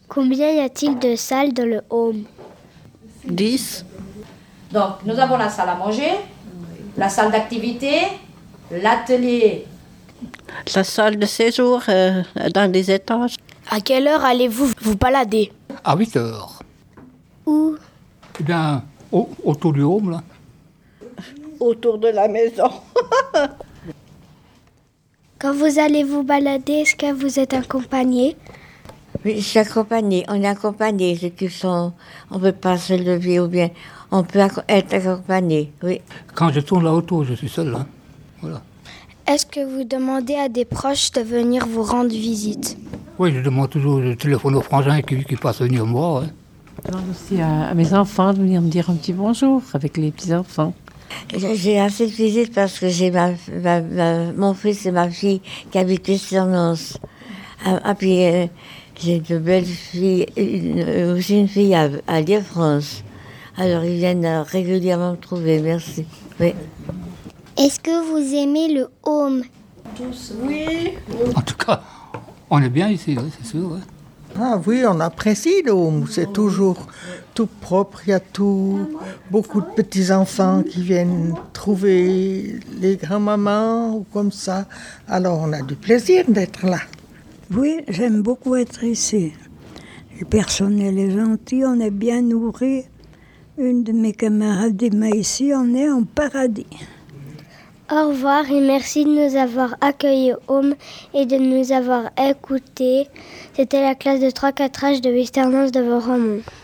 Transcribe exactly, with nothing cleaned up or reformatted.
Combien y a-t-il de salles dans le home? dix. Donc, nous avons la salle à manger, la salle d'activité, l'atelier. La salle de séjour euh, dans les étages. À quelle heure allez-vous vous balader? À huit heures. Où? Eh bien, au, autour du home, là. Autour de la maison. Quand vous allez vous balader, est-ce que vous êtes accompagné? Oui, je suis accompagnée. On est accompagné. Ceux qui sont, on ne peut pas se lever ou bien on peut être accompagné, oui. Quand je tourne là autour, je suis seul, là. Voilà. Est-ce que vous demandez à des proches de venir vous rendre visite? Oui, je demande toujours, je téléphone aux frangins qui, qui passent venir me voir. Ouais. Je demande aussi à, à mes enfants de venir me dire un petit bonjour avec les petits-enfants. J'ai assez de visite parce que j'ai ma, ma, ma, mon fils et ma fille qui habitent sur Nance. Ah, puis euh, j'ai de belles filles, une, aussi une fille à, à Liège-France. Alors ils viennent régulièrement me trouver, merci. Oui. Est-ce que vous aimez le home? Tous, oui. En tout cas, on est bien ici, ouais, c'est sûr. Ouais. Ah oui, on apprécie le home. C'est toujours tout propre. Il y a tout, beaucoup de petits-enfants qui viennent trouver les grands-mamans ou comme ça. Alors on a du plaisir d'être là. Oui, j'aime beaucoup être ici. Le personnel est gentil, on est bien nourri. Une de mes camarades dit, mais ici on est en paradis. Au revoir et merci de nous avoir accueillis au home et de nous avoir écoutés. C'était la classe de trois quatre H de Westernance de Vaudremont.